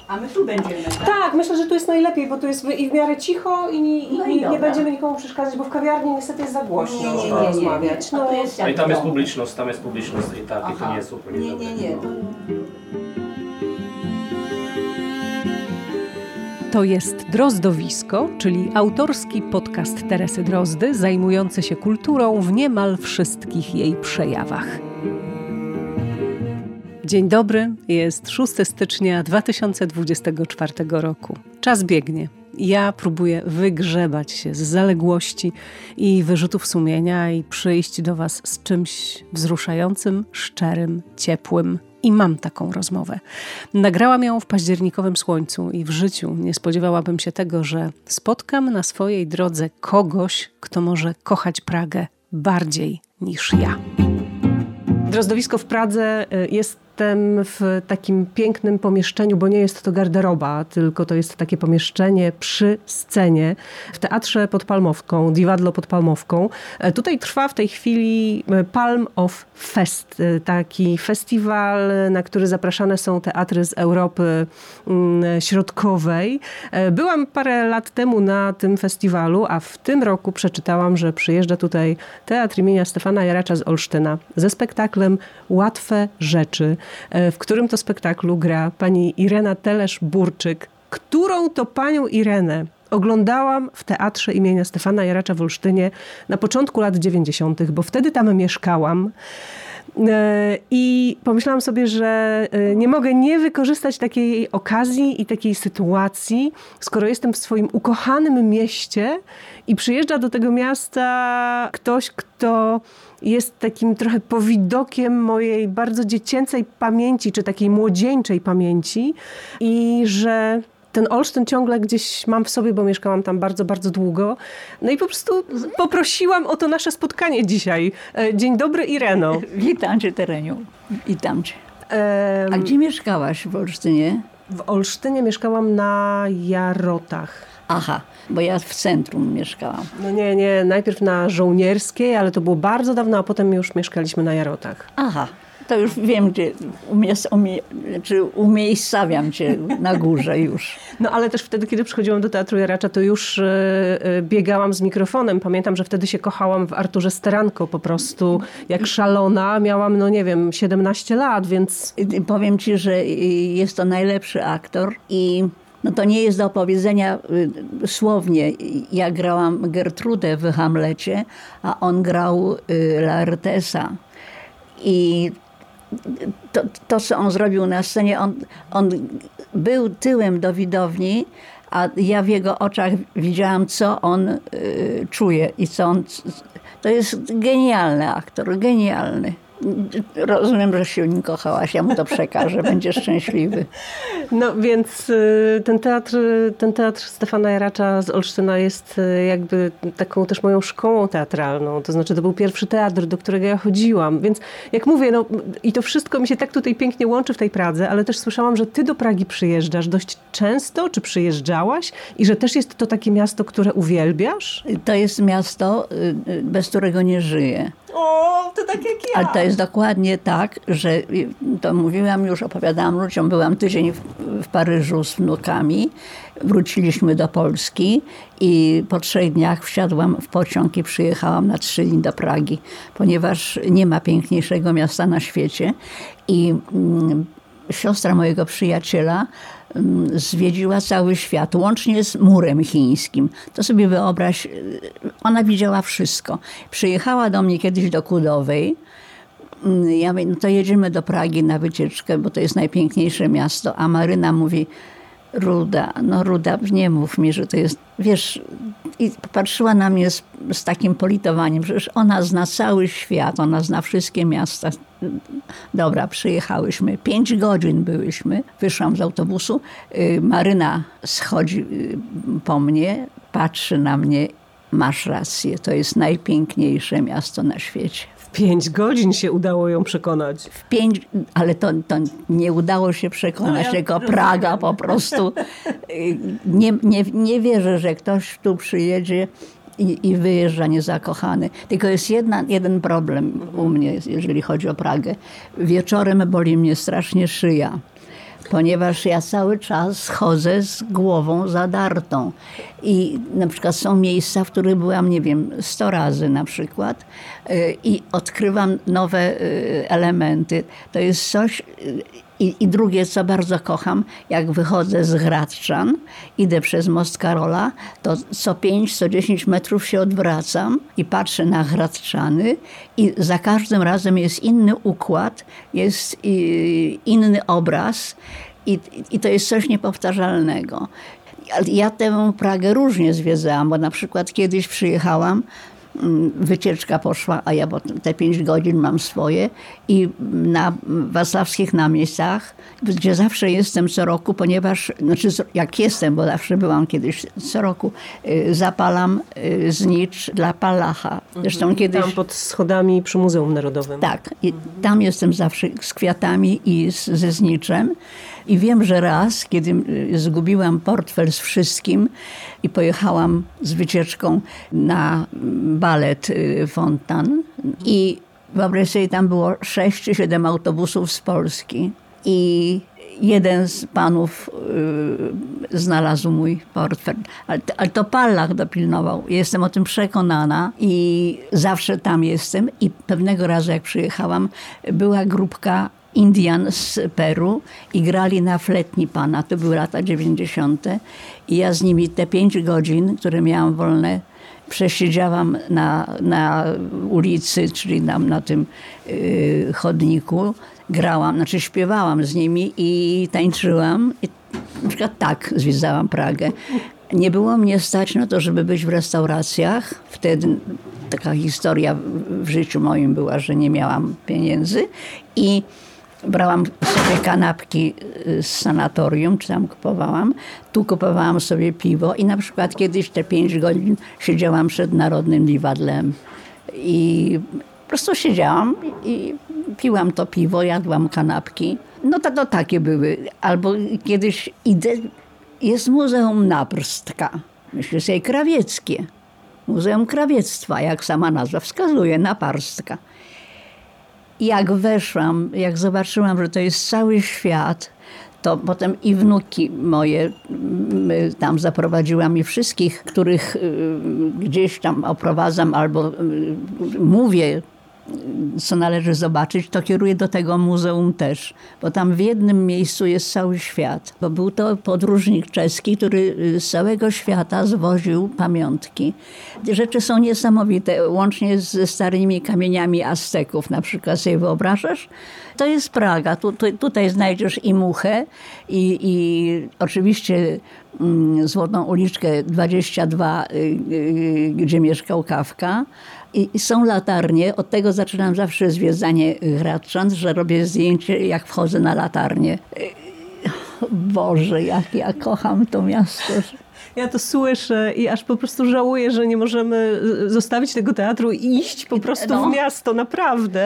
A my tu będziemy, tak? Tak, myślę, że tu jest najlepiej, bo tu jest i w miarę cicho i nie dobra. będziemy nikomu przeszkadzać, bo w kawiarni niestety jest za głośno, żeby rozmawiać. No, A i tam jest publiczność i tak, i to nie jest super. Nie. To jest Drozdowisko, czyli autorski podcast Teresy Drozdy, zajmujący się kulturą w niemal wszystkich jej przejawach. Dzień dobry, jest 6 stycznia 2024 roku. Czas biegnie. Ja próbuję wygrzebać się z zaległości i wyrzutów sumienia i przyjść do Was z czymś wzruszającym, szczerym, ciepłym. I mam taką rozmowę. Nagrałam ją w październikowym słońcu i w życiu nie spodziewałabym się tego, że spotkam na swojej drodze kogoś, kto może kochać Pragę bardziej niż ja. Drozdowisko w Pradze jestem w takim pięknym pomieszczeniu, bo nie jest to garderoba, tylko to jest takie pomieszczenie przy scenie w Teatrze pod Palmowką, Divadlo pod Palmowką. Tutaj trwa w tej chwili Palm of Fest, taki festiwal, na który zapraszane są teatry z Europy Środkowej. Byłam parę lat temu na tym festiwalu, a w tym roku przeczytałam, że przyjeżdża tutaj Teatr imienia Stefana Jaracza z Olsztyna ze spektaklem Łatwe rzeczy, w którym to spektaklu gra pani Irena Telesz-Burczyk, którą to panią Irenę oglądałam w Teatrze imienia Stefana Jaracza w Olsztynie na początku lat 90., bo wtedy tam mieszkałam. I pomyślałam sobie, że nie mogę nie wykorzystać takiej okazji i takiej sytuacji, skoro jestem w swoim ukochanym mieście i przyjeżdża do tego miasta ktoś, kto jest takim trochę powidokiem mojej bardzo dziecięcej pamięci, czy takiej młodzieńczej pamięci i że ten Olsztyn ciągle gdzieś mam w sobie, bo mieszkałam tam bardzo, bardzo długo. No i po prostu poprosiłam o to nasze spotkanie dzisiaj. Dzień dobry, Ireno. Witam Cię, Tereniu. Witam Cię. A gdzie mieszkałaś w Olsztynie? W Olsztynie mieszkałam na Jarotach. Aha, bo ja w centrum mieszkałam. No nie, najpierw na Żołnierskiej, ale to było bardzo dawno, a potem już mieszkaliśmy na Jarotach. Aha, to już wiem, gdzie umiejscawiam Cię na górze już. No ale też wtedy, kiedy przychodziłam do Teatru Jaracza, to już biegałam z mikrofonem. Pamiętam, że wtedy się kochałam w Arturze Steranko po prostu jak szalona. Miałam, 17 lat, więc... Powiem Ci, że jest to najlepszy aktor i... No to nie jest do opowiedzenia słownie. Ja grałam Gertrudę w Hamlecie, a on grał Laertesa. I to, co on zrobił na scenie, on był tyłem do widowni, a ja w jego oczach widziałam, co on czuje i co on... To jest genialny aktor, genialny. Rozumiem, że się nim kochałaś, ja mu to przekażę, będziesz szczęśliwy. No więc ten teatr Stefana Jaracza z Olsztyna jest jakby taką też moją szkołą teatralną. To znaczy to był pierwszy teatr, do którego ja chodziłam. Więc jak mówię, i to wszystko mi się tak tutaj pięknie łączy w tej Pradze, ale też słyszałam, że ty do Pragi przyjeżdżasz dość często, czy przyjeżdżałaś i że też jest to takie miasto, które uwielbiasz? To jest miasto, bez którego nie żyję. O, to tak jak ja. Ale to jest dokładnie tak, że to mówiłam już, opowiadałam ludziom, byłam tydzień w Paryżu z wnukami, wróciliśmy do Polski i po 3 dniach wsiadłam w pociąg i przyjechałam na 3 dni do Pragi, ponieważ nie ma piękniejszego miasta na świecie i siostra mojego przyjaciela zwiedziła cały świat, łącznie z murem chińskim. To sobie wyobraź, ona widziała wszystko. Przyjechała do mnie kiedyś do Kudowej. Ja mówię, no to jedziemy do Pragi na wycieczkę, bo to jest najpiękniejsze miasto. A Maryna mówi, Ruda, nie mów mi, że to jest, wiesz, i patrzyła na mnie z takim politowaniem, przecież ona zna cały świat, ona zna wszystkie miasta. Dobra, przyjechałyśmy, 5 godzin byłyśmy, wyszłam z autobusu, Maryna schodzi po mnie, patrzy na mnie, masz rację, to jest najpiękniejsze miasto na świecie. 5 godzin się udało ją przekonać. Ale to nie udało się przekonać, tylko Praga po prostu. Nie wierzę, że ktoś tu przyjedzie i wyjeżdża niezakochany. Tylko jest jeden problem u mnie, jeżeli chodzi o Pragę. Wieczorem boli mnie strasznie szyja. ponieważ ja cały czas chodzę z głową zadartą. I na przykład są miejsca, w których byłam, nie wiem, 100 razy na przykład i odkrywam nowe elementy. To jest coś... I drugie, co bardzo kocham, jak wychodzę z Hradczan, idę przez Most Karola, to co 5, co 10 metrów się odwracam i patrzę na Hradczany i za każdym razem jest inny układ, jest inny obraz i to jest coś niepowtarzalnego. Ja tę Pragę różnie zwiedzałam, bo na przykład kiedyś przyjechałam, wycieczka poszła, a ja te 5 godzin mam swoje i na warszawskich Namiestach, gdzie zawsze jestem co roku, ponieważ, znaczy jak jestem, bo zawsze byłam kiedyś co roku, zapalam znicz dla Pallacha. Zresztą kiedyś... Tam pod schodami przy Muzeum Narodowym. Tak. I tam jestem zawsze z kwiatami i ze zniczem. I wiem, że raz, kiedy zgubiłam portfel z wszystkim i pojechałam z wycieczką na balet Fontan i wyobraź sobie, tam było 6 czy 7 autobusów z Polski i jeden z panów znalazł mój portfel. Ale to Pallach dopilnował. Jestem o tym przekonana i zawsze tam jestem. I pewnego razu, jak przyjechałam, była grupka Indian z Peru i grali na fletni pana. To były lata 90. I ja z nimi te 5 godzin, które miałam wolne, przesiedziałam na ulicy, czyli na tym chodniku. Grałam, znaczy śpiewałam z nimi i tańczyłam. I na przykład tak zwiedzałam Pragę. Nie było mnie stać na to, żeby być w restauracjach. Wtedy taka historia w życiu moim była, że nie miałam pieniędzy i brałam sobie kanapki z sanatorium, czy tam kupowałam. Tu kupowałam sobie piwo i na przykład kiedyś te 5 godzin siedziałam przed Narodnym Liwadlem i po prostu siedziałam i piłam to piwo, jadłam kanapki. No to takie były. Albo kiedyś idę, jest Muzeum Naprstka. Myślę sobie krawieckie. Muzeum Krawiectwa, jak sama nazwa wskazuje, Naparstka. Jak weszłam, jak zobaczyłam, że to jest cały świat, to potem i wnuki moje tam zaprowadziłam i wszystkich, których gdzieś tam oprowadzam albo mówię, co należy zobaczyć, to kieruję do tego muzeum też, bo tam w jednym miejscu jest cały świat. Bo był to podróżnik czeski, który z całego świata zwoził pamiątki. Te rzeczy są niesamowite, łącznie ze starymi kamieniami Azteków, na przykład sobie wyobrażasz? To jest Praga. Tutaj znajdziesz i Muchę i oczywiście Złotą uliczkę 22, gdzie mieszkał Kafka. I są latarnie. Od tego zaczynam zawsze zwiedzanie Hradczan, że robię zdjęcie, jak wchodzę na latarnię. Boże, jak ja kocham to miasto. Ja to słyszę i aż po prostu żałuję, że nie możemy zostawić tego teatru i iść po prostu w miasto, naprawdę.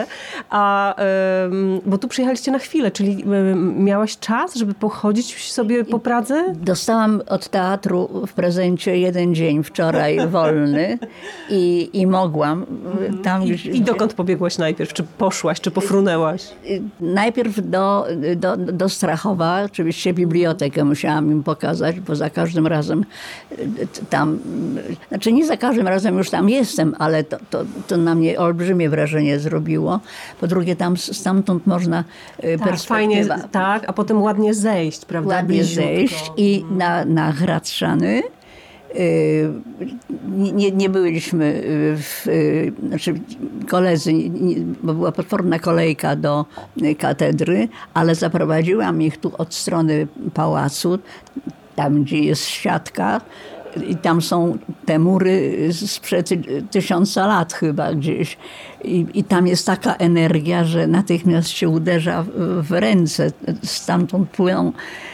Bo tu przyjechaliście na chwilę, czyli miałaś czas, żeby pochodzić sobie po Pradze? Dostałam od teatru w prezencie 1 dzień wczoraj wolny i mogłam. Tam I dokąd pobiegłaś najpierw? Czy poszłaś, czy pofrunęłaś? Najpierw do Strachowa, oczywiście bibliotekę musiałam im pokazać, bo za każdym razem tam, znaczy nie za każdym razem już tam jestem, ale to na mnie olbrzymie wrażenie zrobiło. Po drugie, tam stamtąd można fajnie, tak, a potem ładnie zejść, prawda? Ładnie zejść i na Hradczany. Nie byliśmy, znaczy koledzy, bo była potworna kolejka do katedry, ale zaprowadziłam ich tu od strony pałacu, tam gdzie jest siatka i tam są te mury sprzed 1000 lat chyba gdzieś. I tam jest taka energia, że natychmiast się uderza w ręce. Stamtąd płyną.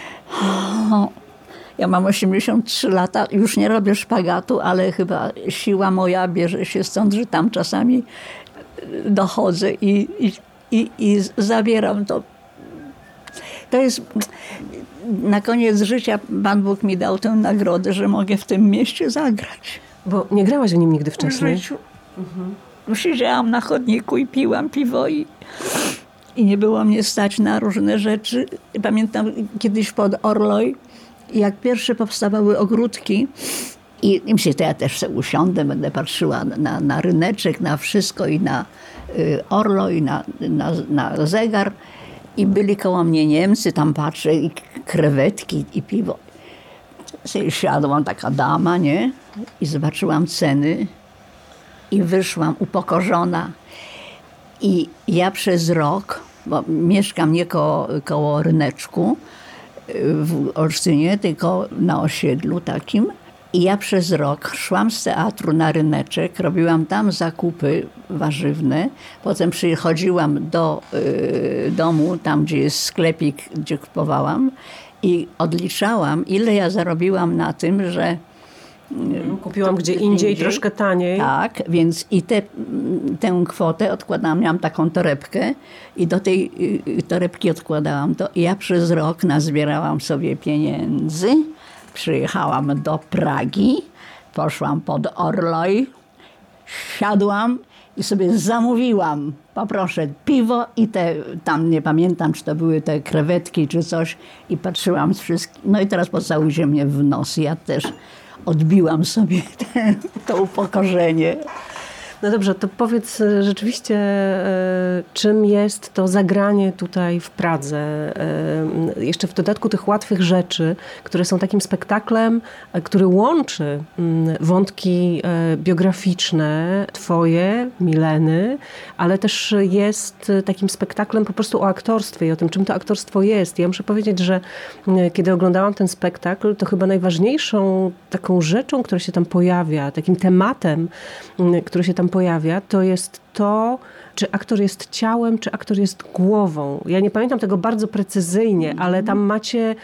Ja mam 83 lata, już nie robię szpagatu, ale chyba siła moja bierze się stąd, że tam czasami dochodzę i zabieram to. To jest... Na koniec życia Pan Bóg mi dał tę nagrodę, że mogę w tym mieście zagrać. Bo nie grałaś w nim nigdy wcześniej? W życiu. Siedziałam na chodniku i piłam piwo i nie było mnie stać na różne rzeczy. Pamiętam kiedyś pod Orloj, jak pierwsze powstawały ogródki i myślę, to ja też sobie usiądę, będę patrzyła na ryneczek, na wszystko i na Orloj, na zegar. I byli koło mnie Niemcy, tam patrzę i krewetki i piwo. Siadłam, taka dama, nie? I zobaczyłam ceny i wyszłam upokorzona. I ja przez rok, bo mieszkam nie koło ryneczku w Olsztynie, tylko na osiedlu takim. I ja przez rok szłam z teatru na ryneczek, robiłam tam zakupy warzywne. Potem przychodziłam do domu, tam gdzie jest sklepik, gdzie kupowałam i odliczałam, ile ja zarobiłam na tym, że kupiłam gdzie indziej, troszkę taniej. Tak, więc i tę kwotę odkładałam, miałam taką torebkę i do tej torebki odkładałam to. I ja przez rok nazbierałam sobie pieniędzy. Przyjechałam do Pragi, poszłam pod Orloj, siadłam i sobie zamówiłam, poproszę, piwo i tam nie pamiętam, czy to były te krewetki, czy coś i patrzyłam z wszystkich. No i teraz pocałujcie mnie w nos. Ja też odbiłam sobie to upokorzenie. No dobrze, to powiedz rzeczywiście, czym jest to zagranie tutaj w Pradze. Jeszcze w dodatku tych łatwych rzeczy, które są takim spektaklem, który łączy wątki biograficzne twoje, Mileny, ale też jest takim spektaklem po prostu o aktorstwie i o tym, czym to aktorstwo jest. Ja muszę powiedzieć, że kiedy oglądałam ten spektakl, to chyba najważniejszą taką rzeczą, która się tam pojawia, takim tematem, który się tam pojawia, to jest to, czy aktor jest ciałem, czy aktor jest głową. Ja nie pamiętam tego bardzo precyzyjnie, ale tam macie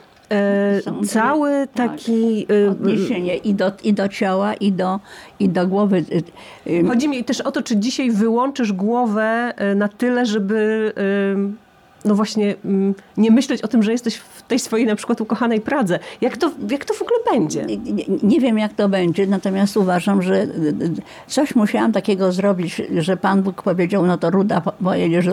cały taki... odniesienie i do ciała, i do głowy. Chodzi mi też o to, czy dzisiaj wyłączysz głowę na tyle, żeby... no właśnie nie myśleć o tym, że jesteś w tej swojej na przykład ukochanej Pradze. Jak to w ogóle będzie? Nie wiem, jak to będzie, natomiast uważam, że coś musiałam takiego zrobić, że Pan Bóg powiedział, no to Ruda, pojedziesz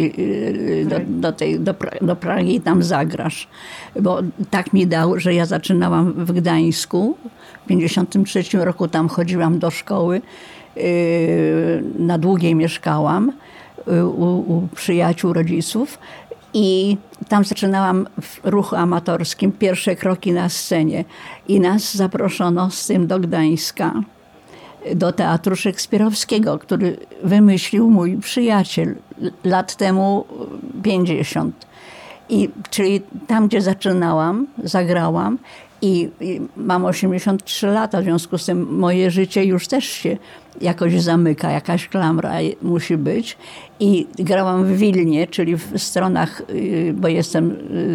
do Pragi i tam zagrasz. Bo tak mi dał, że ja zaczynałam w Gdańsku. W 1953 roku tam chodziłam do szkoły. Na Długiej mieszkałam u przyjaciół, rodziców i tam zaczynałam w ruchu amatorskim pierwsze kroki na scenie i nas zaproszono z tym do Gdańska, do Teatru Szekspirowskiego, który wymyślił mój przyjaciel lat temu 50. Czyli tam, gdzie zaczynałam, zagrałam i mam 83 lata, w związku z tym moje życie już też się jakoś zamyka, jakaś klamra musi być. I grałam w Wilnie, czyli w stronach, bo jestem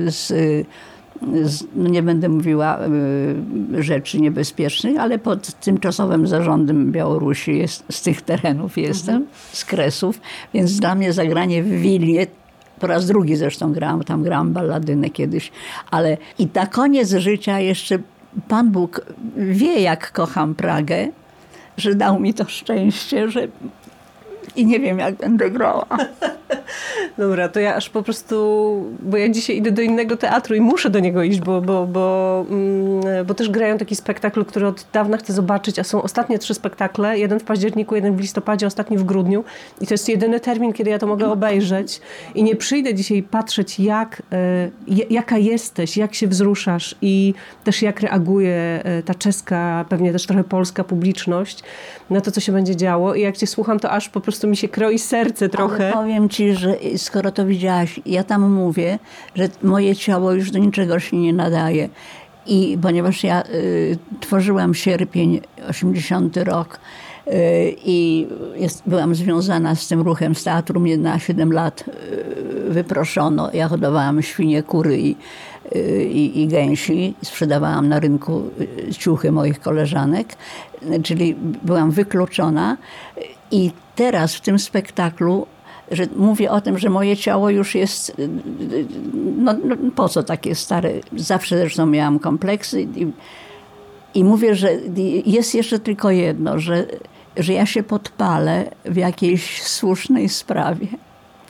no nie będę mówiła rzeczy niebezpiecznych, ale pod tymczasowym zarządem Białorusi z tych terenów jestem, z Kresów, więc dla mnie zagranie w Wilnie, po raz drugi zresztą grałam balladynę kiedyś, ale i na koniec życia jeszcze Pan Bóg wie, jak kocham Pragę, że dał mi to szczęście, że i nie wiem, jak będę grała. Dobra, to ja aż po prostu, bo ja dzisiaj idę do innego teatru i muszę do niego iść, bo też grają taki spektakl, który od dawna chcę zobaczyć, a są ostatnie 3 spektakle, jeden w październiku, jeden w listopadzie, ostatni w grudniu i to jest jedyny termin, kiedy ja to mogę obejrzeć i nie przyjdę dzisiaj patrzeć, jaka jesteś, jak się wzruszasz i też jak reaguje ta czeska, pewnie też trochę polska publiczność na to, co się będzie działo i jak cię słucham, to aż po prostu mi się kroi serce trochę. Ale powiem ci, że skoro to widziałaś, ja tam mówię, że moje ciało już do niczego się nie nadaje. I ponieważ ja tworzyłam Sierpień, 80 rok i byłam związana z tym ruchem, z teatru, mnie na 7 lat wyproszono. Ja hodowałam świnie, kury i gęsi. Sprzedawałam na rynku ciuchy moich koleżanek, czyli byłam wykluczona. I teraz w tym spektaklu, że mówię o tym, że moje ciało już jest, no po co takie stare, zawsze zresztą miałam kompleksy i mówię, że jest jeszcze tylko jedno, że ja się podpalę w jakiejś słusznej sprawie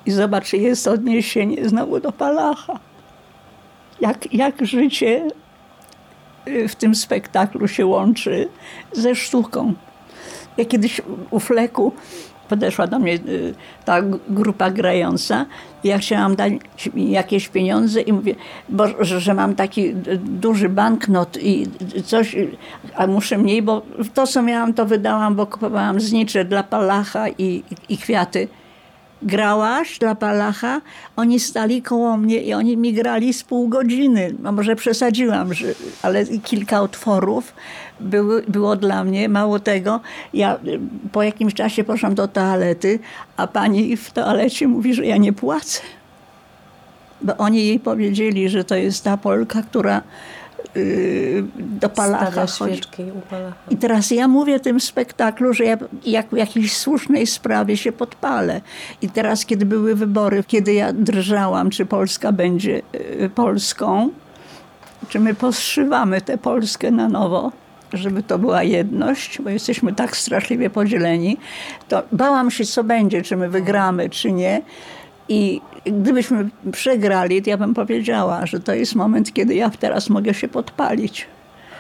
I zobacz, jest odniesienie znowu do Palacha. Jak życie w tym spektaklu się łączy ze sztuką. Ja kiedyś u Fleku podeszła do mnie ta grupa grająca i ja chciałam dać jakieś pieniądze i mówię, że mam taki duży banknot i coś, a muszę mniej, bo to, co miałam, to wydałam, bo kupowałam znicze dla Palacha i kwiaty. Grałaś dla Palacha, oni stali koło mnie i oni mi grali z pół godziny. No może przesadziłam, ale kilka utworów było dla mnie. Mało tego, ja po jakimś czasie poszłam do toalety, a pani w toalecie mówi, że ja nie płacę. Bo oni jej powiedzieli, że to jest ta Polka, która do Palacha świeczki u Palacha. I teraz ja mówię w tym spektaklu, że ja jak w jakiejś słusznej sprawie się podpalę. I teraz, kiedy były wybory, kiedy ja drżałam, czy Polska będzie Polską, czy my poszywamy tę Polskę na nowo, żeby to była jedność, bo jesteśmy tak straszliwie podzieleni, to bałam się, co będzie, czy my wygramy, czy nie. I gdybyśmy przegrali, to ja bym powiedziała, że to jest moment, kiedy ja teraz mogę się podpalić.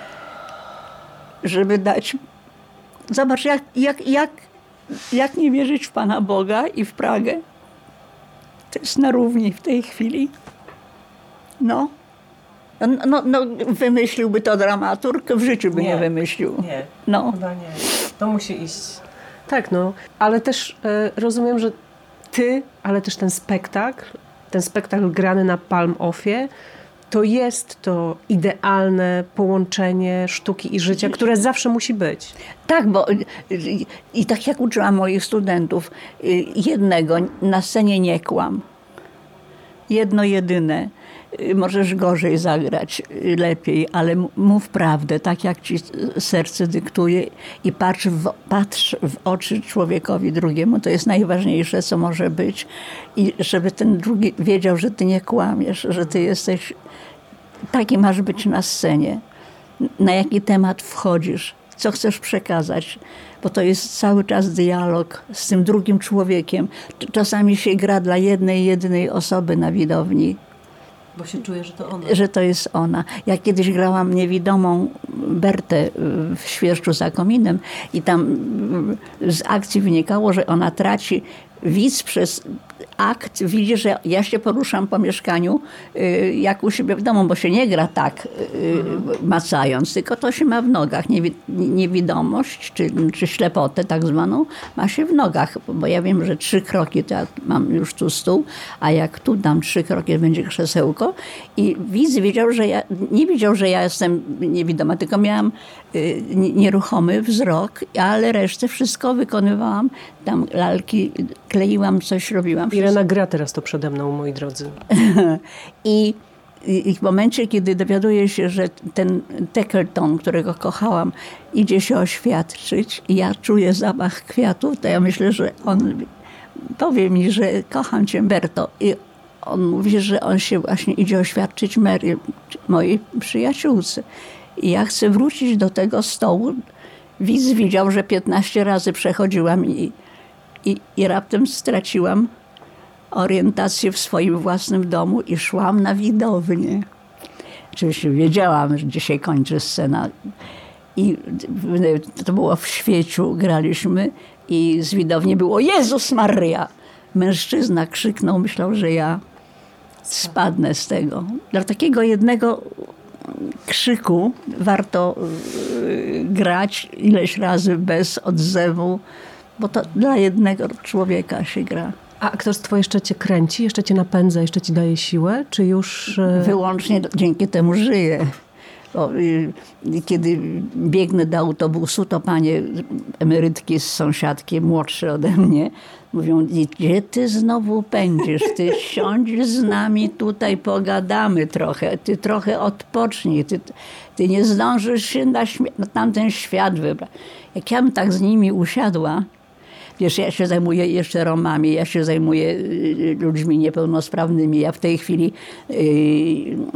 Żeby dać... Zobacz, jak nie wierzyć w Pana Boga i w Pragę. To jest na równi w tej chwili. No, wymyśliłby to dramaturg, w życiu by nie wymyślił. Nie, no. Chyba nie. To musi iść. Tak, no. Ale też rozumiem, że ty, ale też ten spektakl grany na Palm Offie, to jest to idealne połączenie sztuki i życia, które zawsze musi być. Tak, bo i tak jak uczyłam moich studentów, jednego, na scenie nie kłam. Jedno jedyne. Możesz gorzej zagrać, lepiej, ale mów prawdę, tak jak ci serce dyktuje i patrz w oczy człowiekowi drugiemu. To jest najważniejsze, co może być. I żeby ten drugi wiedział, że ty nie kłamiesz, że ty jesteś, taki masz być na scenie. Na jaki temat wchodzisz, co chcesz przekazać. Bo to jest cały czas dialog z tym drugim człowiekiem. Czasami się gra dla jedynej osoby na widowni. Bo się czuje, że to ona. Że to jest ona. Ja kiedyś grałam niewidomą Bertę w Świerszczu za kominem i tam z akcji wynikało, że ona traci widz przez akt, widzi, że ja się poruszam po mieszkaniu jak u siebie w domu, bo się nie gra tak macając, tylko to się ma w nogach. Niewidomość, czy ślepotę tak zwaną, ma się w nogach, bo ja wiem, że 3 kroki, to ja mam już tu stół, a jak tu dam 3 kroki, będzie krzesełko i widz nie widział, że ja jestem niewidoma, tylko miałam nieruchomy wzrok, ale resztę wszystko wykonywałam. Tam lalki kleiłam, coś robiłam. Irena gra teraz to przede mną, moi drodzy. I w momencie, kiedy dowiaduję się, że ten Tackleton, którego kochałam, idzie się oświadczyć i ja czuję zapach kwiatów, to ja myślę, że on powie mi, że kocham cię, Berto. I on mówi, że on się właśnie idzie oświadczyć Mary, mojej przyjaciółce. I ja chcę wrócić do tego stołu. Widz widział, że 15 razy przechodziłam i raptem straciłam orientację w swoim własnym domu i szłam na widownię. Oczywiście wiedziałam, że dzisiaj kończy scena. I to było w Świeciu, graliśmy i z widowni było Jezus Maria! Mężczyzna krzyknął, myślał, że ja spadnę z tego. Dla takiego jednego krzyku warto grać ileś razy bez odzewu, bo to dla jednego człowieka się gra. A aktorstwo jeszcze cię kręci, jeszcze cię napędza, jeszcze ci daje siłę, czy już... Wyłącznie dzięki temu żyję. Bo kiedy biegnę do autobusu, to panie emerytki z sąsiadki, młodsze ode mnie, mówią, gdzie ty znowu pędzisz? Ty siądź z nami tutaj, pogadamy trochę. Ty trochę odpocznij. Ty nie zdążysz się na tamten świat wybrać. Jak ja bym tak z nimi usiadła, wiesz, ja się zajmuję jeszcze Romami, ja się zajmuję ludźmi niepełnosprawnymi. Ja w tej chwili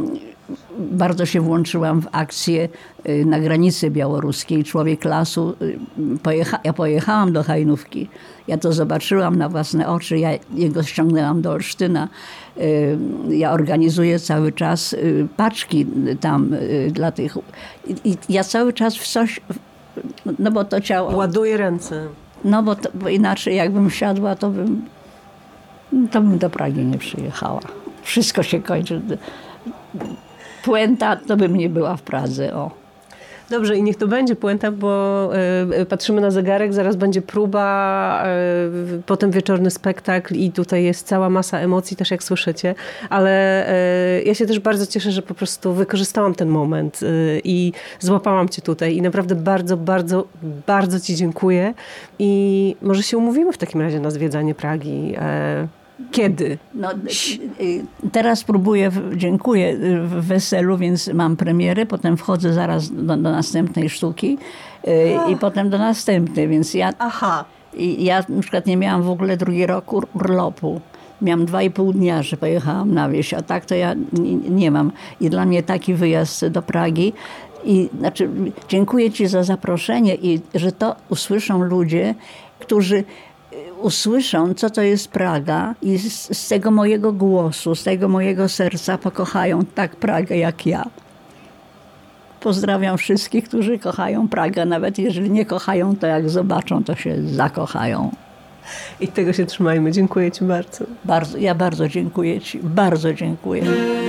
bardzo się włączyłam w akcję na granicy białoruskiej. Człowiek lasu. Ja pojechałam do Hajnówki. Ja to zobaczyłam na własne oczy. Ja jego ściągnęłam do Olsztyna. Ja organizuję cały czas paczki tam dla tych. I ja cały czas w coś... No bo to ciało... Ładuję ręce. No bo inaczej jakbym wsiadła, to bym do Pragi nie przyjechała. Wszystko się kończy. Puenta to bym nie była w Pradze. O. Dobrze, i niech to będzie puenta, bo patrzymy na zegarek, zaraz będzie próba, potem wieczorny spektakl i tutaj jest cała masa emocji, też jak słyszycie, ale ja się też bardzo cieszę, że po prostu wykorzystałam ten moment i złapałam cię tutaj i naprawdę bardzo, bardzo, bardzo ci dziękuję i może się umówimy w takim razie na zwiedzanie Pragi. Kiedy? No, teraz próbuję, dziękuję, w Weselu, więc mam premierę, potem wchodzę zaraz do następnej sztuki i potem do następnej, więc ja na przykład nie miałam w ogóle drugi rok urlopu. Miałam 2,5 dnia, że pojechałam na wieś, a tak to ja nie mam. I dla mnie taki wyjazd do Pragi. I znaczy, dziękuję ci za zaproszenie i że to usłyszą ludzie, którzy usłyszą, co to jest Praga i z tego mojego głosu, z tego mojego serca pokochają tak Pragę jak ja. Pozdrawiam wszystkich, którzy kochają Pragę. Nawet jeżeli nie kochają, to jak zobaczą, to się zakochają. I tego się trzymajmy. Dziękuję ci bardzo. Ja bardzo dziękuję ci. Bardzo dziękuję.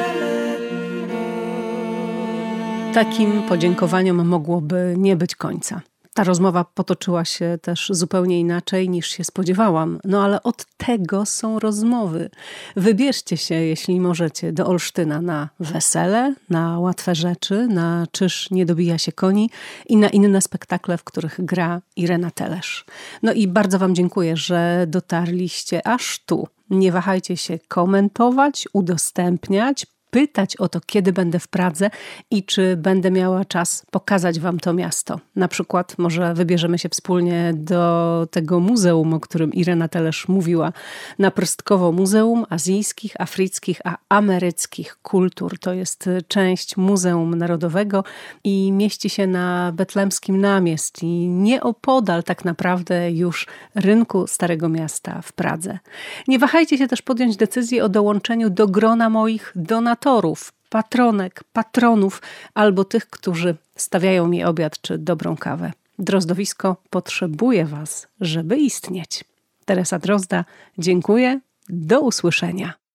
Takim podziękowaniom mogłoby nie być końca. Ta rozmowa potoczyła się też zupełnie inaczej niż się spodziewałam. No ale od tego są rozmowy. Wybierzcie się, jeśli możecie, do Olsztyna na wesele, na łatwe rzeczy, na Czyż nie dobija się koni i na inne spektakle, w których gra Irena Telesz. No i bardzo wam dziękuję, że dotarliście aż tu. Nie wahajcie się komentować, udostępniać, pytać o to, kiedy będę w Pradze i czy będę miała czas pokazać wam to miasto. Na przykład może wybierzemy się wspólnie do tego muzeum, o którym Irena Telesz mówiła. Naprostkowo Muzeum Azijskich, Afryckich, a Ameryckich Kultur. To jest część Muzeum Narodowego i mieści się na Betlemskim Namiest i nieopodal tak naprawdę już rynku Starego Miasta w Pradze. Nie wahajcie się też podjąć decyzji o dołączeniu do grona moich donatorów, patronek, patronów albo tych, którzy stawiają mi obiad czy dobrą kawę. Drozdowisko potrzebuje was, żeby istnieć. Teresa Drozda, dziękuję. Do usłyszenia.